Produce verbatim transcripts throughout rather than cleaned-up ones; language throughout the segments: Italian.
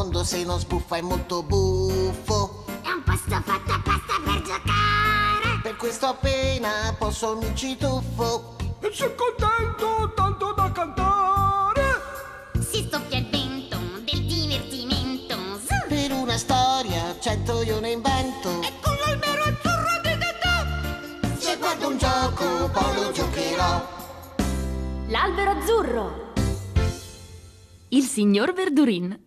mondo se non sbuffa è molto buffo. È un posto fatto apposta per giocare. Per questo appena posso mi ci tuffo. E sono contento tanto da cantare. Si soffia il vento del divertimento. Zoo. Per una storia cento io ne invento. E con l'albero azzurro di Dodò. Se guardo un gioco poi lo giocherò. L'albero azzurro. Il signor Verdurin.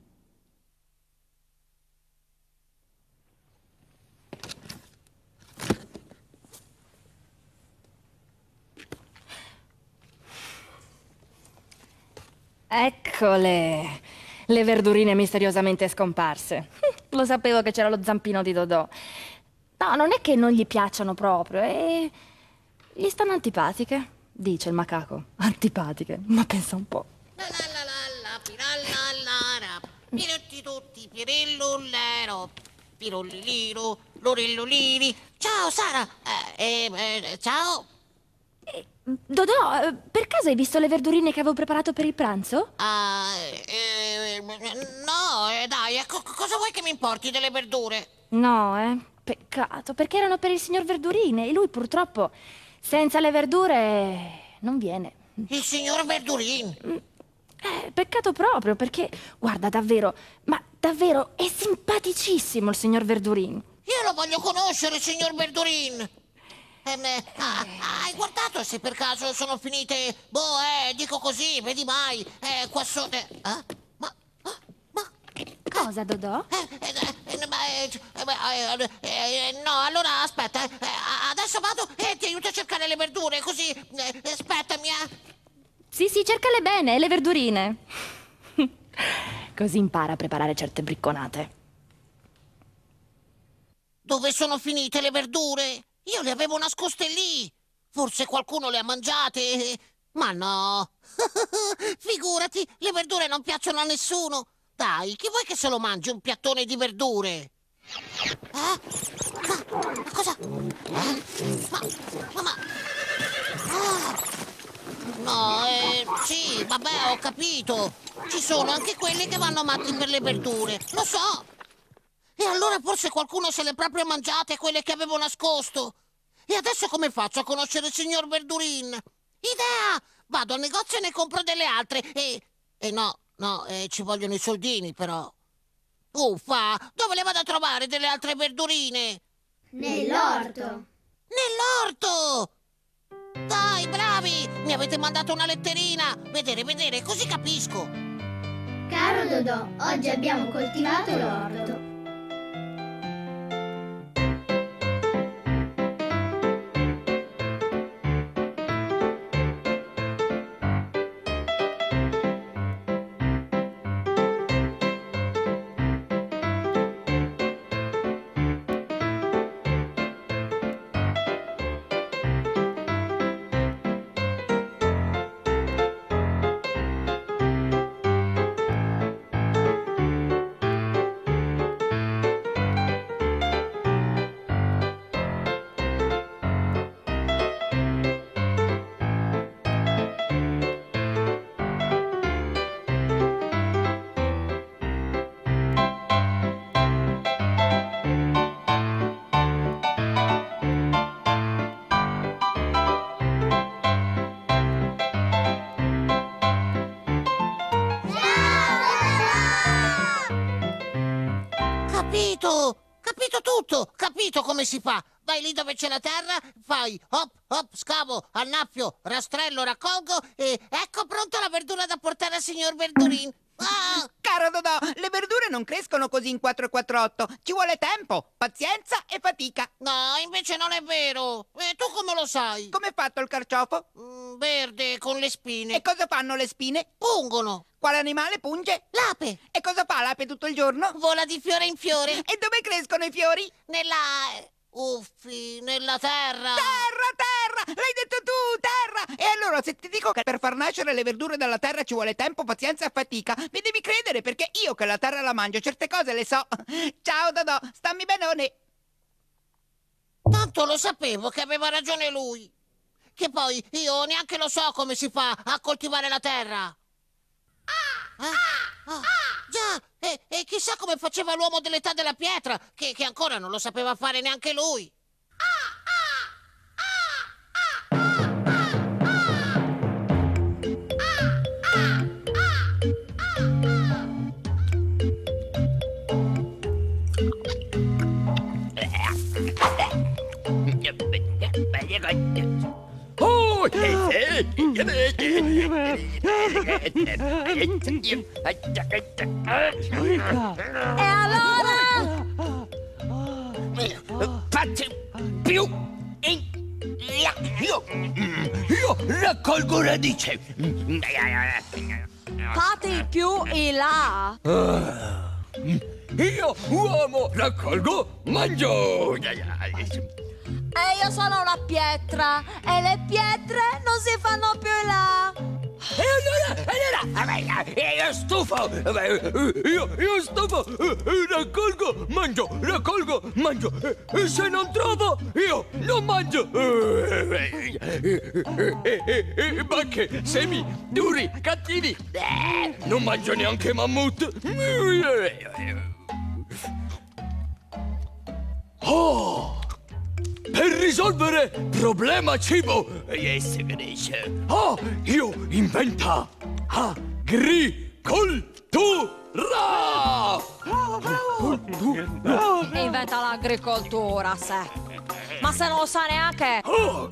Eccole, le verdurine misteriosamente scomparse. Lo sapevo che c'era lo zampino di Dodò. No, non è che non gli piacciono proprio, e gli stanno antipatiche, dice il macaco. Antipatiche, ma pensa un po'. La la la la la, pirallallara, piretti tutti, pirellullero, pirolliliro, lorelloliri. Ciao Sara, eh, eh, eh, ciao. Dodò, eh, per caso hai visto le verdurine che avevo preparato per il pranzo? Ah, eh, no, eh, dai, eh, co- cosa vuoi che mi importi delle verdure? No, eh, peccato, perché erano per il signor Verdurine e lui purtroppo senza le verdure non viene. Il signor Verdurin. Eh, peccato proprio, perché, guarda, davvero, ma davvero è simpaticissimo il signor Verdurin. Io lo voglio conoscere, il signor Verdurin. Ehm, eh, ah, hai guardato se per caso sono finite? Boh, eh, dico così, vedi mai? Eh, qua sotto. Eh, ah? Ma, ah, ma. Cosa, Dodò? Eh, eh, eh, ma, eh, eh, beh, eh, eh, no, allora aspetta, eh, adesso vado e ti aiuto a cercare le verdure, così. Eh, aspettami, eh. Sì, sì, cercale bene, le verdurine. Così impara a preparare certe bricconate. Dove sono finite le verdure? Io le avevo nascoste lì. Forse qualcuno le ha mangiate. Ma no. Figurati, le verdure non piacciono a nessuno. Dai, chi vuoi che se lo mangi un piattone di verdure? Eh? Ma, ma cosa? Eh? Ma, ma, ma... Ah. No, eh, sì, vabbè, ho capito. Ci sono anche quelli che vanno matti per le verdure. Lo so. E allora forse qualcuno se le proprio mangiate quelle che avevo nascosto. E adesso come faccio a conoscere il signor Verdurin? Idea! Vado al negozio e ne compro delle altre. E, e no, no, eh, ci vogliono i soldini però. Uffa! Dove le vado a trovare delle altre verdurine? Nell'orto. Nell'orto! Dai, bravi! Mi avete mandato una letterina. Vedere, vedere, così capisco. Caro Dodò, oggi abbiamo coltivato l'orto. Capito! Capito tutto! Capito come si fa! Vai lì dove c'è la terra, fai hop, hop, scavo, annaffio, rastrello, raccolgo e ecco pronta la verdura da portare al signor Verdurin. Ah! Caro Dodò, le verdure non crescono così in quattro e quattr'otto. Ci vuole tempo, pazienza e fatica. No, invece non è vero. E tu come lo sai? Come è fatto il carciofo? Mm, verde, con le spine. E cosa fanno le spine? Pungono. Quale animale punge? L'ape. E cosa fa l'ape tutto il giorno? Vola di fiore in fiore. E dove crescono i fiori? Nella... Uffi, nella terra. Terra, terra! L'hai detto tu, terra! E allora se ti dico che per far nascere le verdure dalla terra ci vuole tempo, pazienza e fatica, mi devi credere perché io che la terra la mangio certe cose le so. Ciao Dodò, stammi benone. Tanto lo sapevo che aveva ragione lui. Che poi io neanche lo so come si fa a coltivare la terra. Ah, eh? Ah, già, e, e chissà come faceva l'uomo dell'età della pietra, che, che ancora non lo sapeva fare neanche lui. Oh, E allora? fatti più in là. Io, io raccolgo radice. Fate più in là. Io, uomo, raccolgo, mangio. E io sono una pietra e le pietre non si fanno più in là. E allora, allora, io stufo, io, io stufo, raccolgo, mangio, raccolgo, mangio, e se non trovo, io non mangio. Bacche, semi, duri, cattivi, non mangio neanche mammut. Oh! Per risolvere problema cibo, yes, oh, io inventa agricoltura. Inventa l'agricoltura, se. Ma se non lo sa neanche. Oh.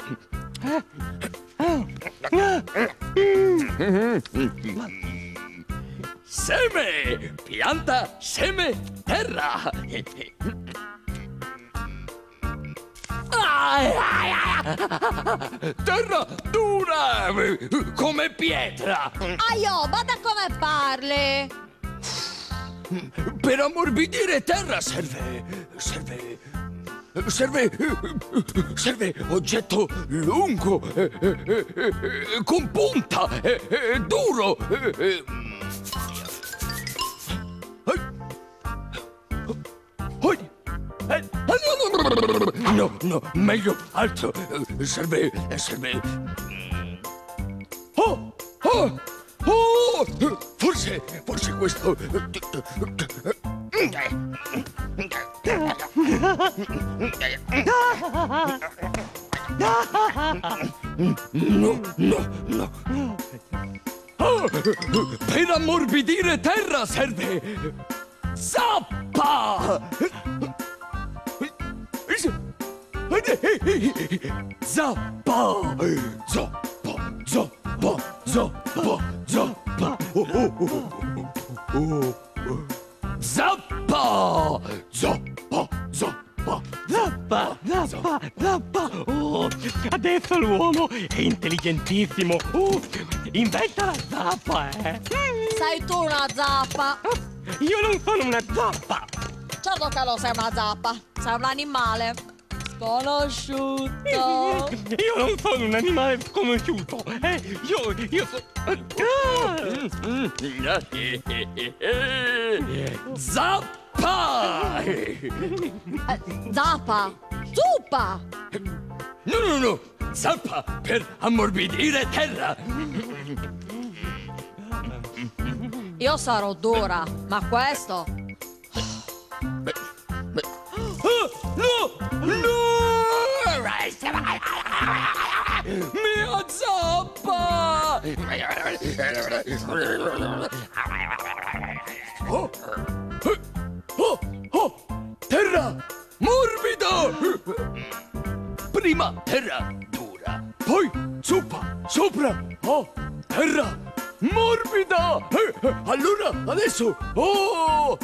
Seme, pianta, seme, terra. Terra dura come pietra. Aio, ma da come parli? Per ammorbidire terra serve serve serve serve oggetto lungo, con punta, duro. No, no, meglio altro. Serve, serve. Oh, oh, oh! Forse, forse questo. No, no, no. Oh, per ammorbidire terra serve zappa! Zappa! Zappa! Zappa! Zappa! Zappa! Oh, oh, oh, oh, oh. Zappa! Zappa! Zappa! Zappa! Zappa! Zappa! Oh, adesso l'uomo è intelligentissimo! Oh, inventa la zappa, eh! Sei tu una zappa! Io non sono una zappa! Certo che lo sei una zappa! Sei un animale! Sconosciuto! Io non sono un animale sconosciuto! Eh, io, io so... Zappa! Eh, zappa! Zuppa! No, no, no! Zappa per ammorbidire terra! Io sarò dura, ma questo... Beh, beh. Oh, no! No! Mia zappa! Oh! Oh! Oh! Terra morbida! Prima terra dura, poi zuppa sopra! Oh! Terra morbida! Allora, adesso... Oh!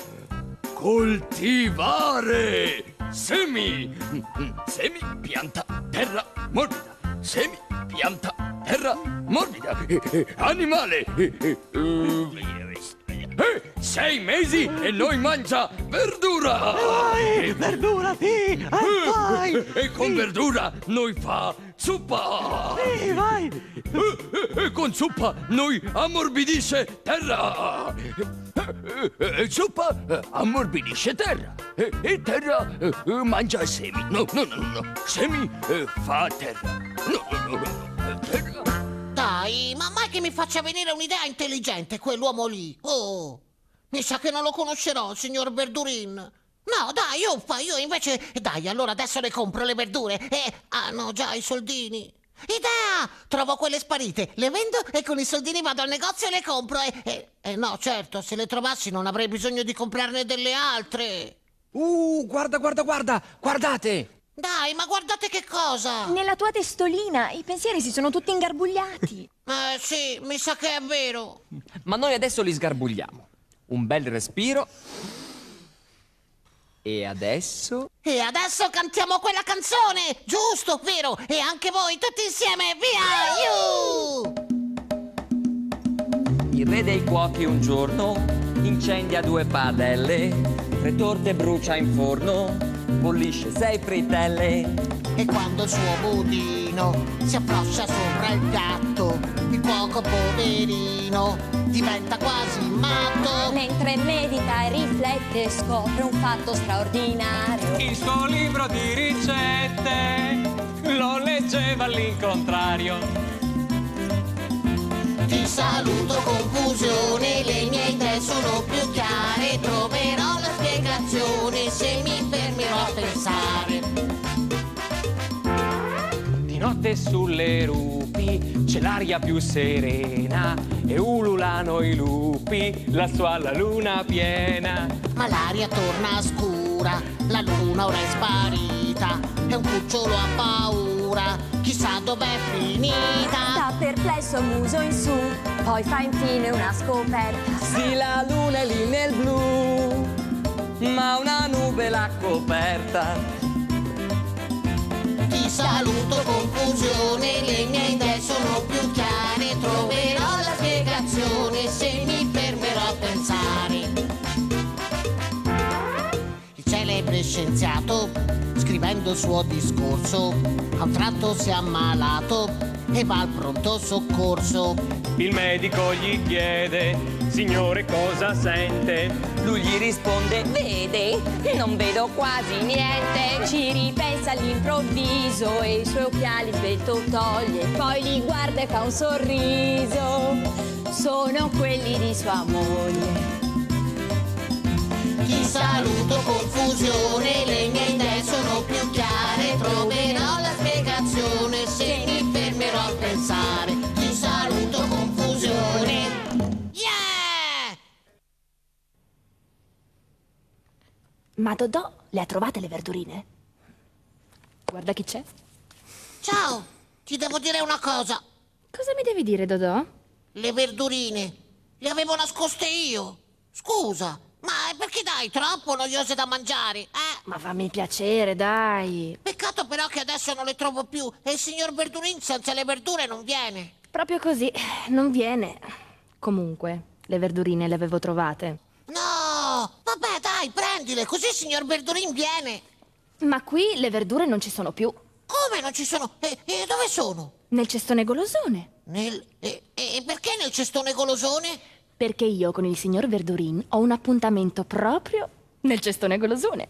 Coltivare! Semi! Semi, pianta, terra, morbida. Semi, pianta, terra, morbida. Animale! Sei mesi e noi mangia verdura! Vai, verdura, sì! Vai! E con verdura noi fa zuppa! Sì, vai! E con zuppa noi ammorbidisce terra! E zuppa ammorbidisce terra! E terra mangia semi! No, no, no, no! Semi fa terra! No, no, no, no! Terra! Dai, ma mai che mi faccia venire un'idea intelligente quell'uomo lì! Oh! Mi sa che non lo conoscerò, signor Verdurin. No, dai, uffa, io invece... Dai, allora adesso le compro le verdure. E... Ah, no, già, i soldini. Idea! Trovo quelle sparite, le vendo e con i soldini vado al negozio e le compro. E, e, e no, certo, se le trovassi non avrei bisogno di comprarne delle altre. Uh, guarda, guarda, guarda, guardate! Dai, ma guardate che cosa! Nella tua testolina i pensieri si sono tutti ingarbugliati. Eh sì, mi sa che è vero. Ma noi adesso li sgarbugliamo. Un bel respiro. E adesso? E adesso cantiamo quella canzone! Giusto, vero? E anche voi, tutti insieme, via! Iu! Il re dei cuochi un giorno incendia due padelle, tre torte brucia in forno, bollisce sei frittelle. E quando il suo budino si approccia sopra il piatto, il cuoco poverino diventa quasi matto. Mentre medita e riflette scopre un fatto straordinario. Il suo libro di ricette lo leggeva all'incontrario. Ti saluto confusione, le mie idee sono più chiare, troverò la spiegazione se mi fermerò a pensare. Di notte sulle rupi c'è l'aria più serena e ululano i lupi lassù alla luna piena. Ma l'aria torna scura, la luna ora è sparita e un cucciolo ha paura, chissà dov'è finita. Sta perplesso muso in su, poi fa infine una scoperta. Sì, la luna è lì nel blu, ma una nube l'ha coperta. Ti saluto confusione, le mie idee sono più chiare, troverò la spiegazione se mi fermerò a pensare. Il celebre scienziato, scrivendo il suo discorso, a un tratto si è ammalato e va al pronto soccorso. Il medico gli chiede: signore, cosa sente? Lui gli risponde: Vede, non vedo quasi niente. Ci ripensa all'improvviso e i suoi occhiali svelto toglie. Poi li guarda e fa un sorriso. Sono quelli di sua moglie. Ti saluto confusione, le mie idee sono più chiare, troverò la spiegazione se mi fermerò a pensare. Ti saluto confusione. Yeah! Ma Dodò, le ha trovate le verdurine? Guarda chi c'è. Ciao, ti devo dire una cosa. Cosa mi devi dire, Dodò? Le verdurine, le avevo nascoste io. Scusa, ma perché dai, troppo noiose da mangiare, eh? Ma fammi piacere, dai. Peccato però che adesso non le trovo più e il signor Verdurin senza le verdure non viene. Proprio così, non viene. Comunque, le verdurine le avevo trovate. No, vabbè dai, prendile, così il signor Verdurin viene. Ma qui le verdure non ci sono più. Come non ci sono? E, e dove sono? Nel cestone golosone. Nel... E, e perché nel cestone golosone? Perché io con il signor Verdurin ho un appuntamento proprio nel cestone golosone.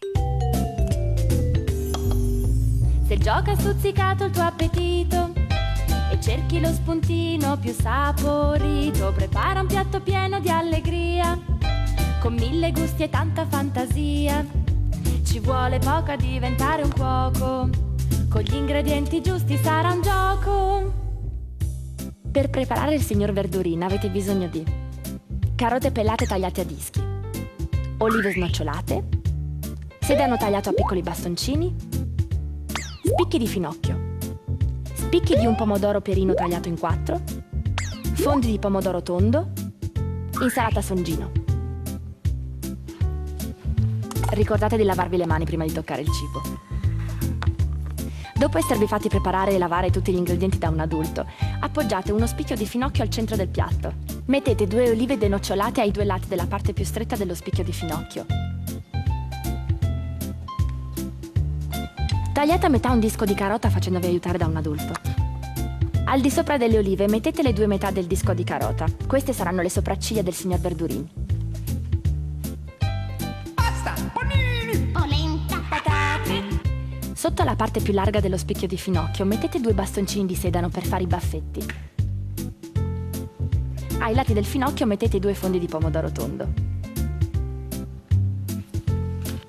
Se il gioco ha stuzzicato il tuo appetito e cerchi lo spuntino più saporito, prepara un piatto pieno di allegria, con mille gusti e tanta fantasia. Ci vuole poco a diventare un cuoco, con gli ingredienti giusti sarà un gioco. Per preparare il signor Verdurin avete bisogno di carote pelate tagliate a dischi, olive snocciolate, sedano tagliato a piccoli bastoncini, spicchi di finocchio, spicchi di un pomodoro pierino tagliato in quattro, fondi di pomodoro tondo, insalata songino. Ricordate di lavarvi le mani prima di toccare il cibo. Dopo esservi fatti preparare e lavare tutti gli ingredienti da un adulto, appoggiate uno spicchio di finocchio al centro del piatto. Mettete due olive denocciolate ai due lati della parte più stretta dello spicchio di finocchio. Tagliate a metà un disco di carota facendovi aiutare da un adulto. Al di sopra delle olive mettete le due metà del disco di carota. Queste saranno le sopracciglia del signor Verdurin. Pasta, panini, Polenta, Patate. Sotto la parte più larga dello spicchio di finocchio mettete due bastoncini di sedano per fare i baffetti. Ai lati del finocchio mettete i due fondi di pomodoro tondo.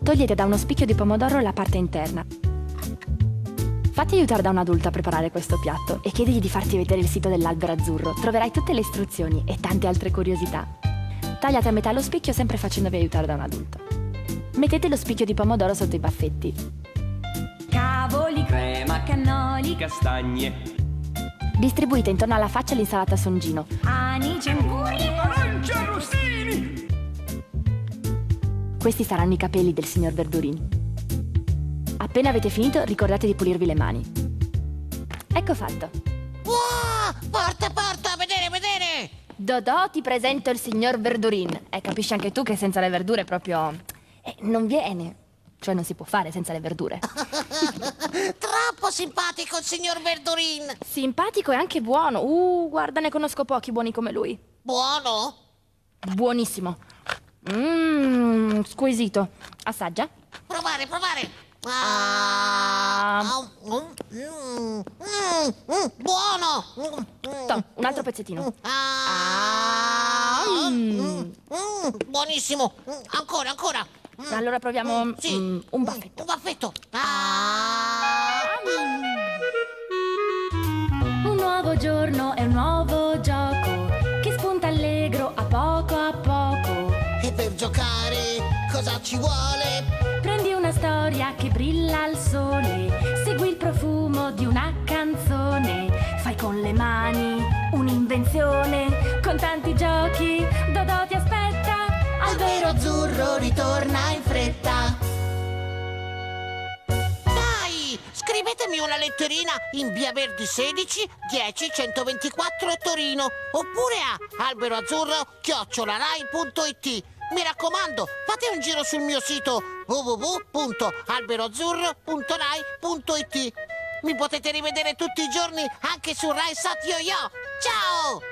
Togliete da uno spicchio di pomodoro la parte interna. Fatti aiutare da un adulto a preparare questo piatto e chiedigli di farti vedere il sito dell'Albero Azzurro. Troverai tutte le istruzioni e tante altre curiosità. Tagliate a metà lo spicchio sempre facendovi aiutare da un adulto. Mettete lo spicchio di pomodoro sotto i baffetti. Cavoli, crema, cannoli, Castagne. Distribuite intorno alla faccia l'insalata Songino. anice, anguri, Arancia, rosini. Questi saranno i capelli del signor Verdurin. Appena avete finito, ricordate di pulirvi le mani. Ecco fatto. Wow! Porta, porta, vedere, vedere! Dodò, ti presento il signor Verdurin. E capisci anche tu che senza le verdure proprio... Eh, non viene. Cioè non si può fare senza le verdure. Troppo simpatico il signor Verdurin! Simpatico e anche buono. Uh, guarda, ne conosco pochi buoni come lui. Buono? Buonissimo. Mmm, squisito. Assaggia. Provare, provare! Ah, ah, mm, mm, mm, mm, buono! Mm, Tom, un altro pezzettino. ah, mm, mm, buonissimo! Mm, ancora, ancora! Mm, Allora proviamo mm, sì. mm, un baffetto. Un baffetto! Ah, mm. Un nuovo giorno e un nuovo gioco che spunta allegro a poco a poco. E per giocare cosa ci vuole? Prendi una storia che brilla al sole, segui il profumo di una canzone, fai con le mani un'invenzione, con tanti giochi Dodò ti aspetta, Albero Azzurro ritorna in fretta. Dai, scrivetemi una letterina in Via Verdi sedici, dieci, centoventiquattro Torino, oppure a alberoazzurro chiocciola rai punto it. Mi raccomando, fate un giro sul mio sito w w w punto alberoazzurro punto rai punto it. Mi potete rivedere tutti i giorni anche su Rai Sat Yo-Yo. Ciao!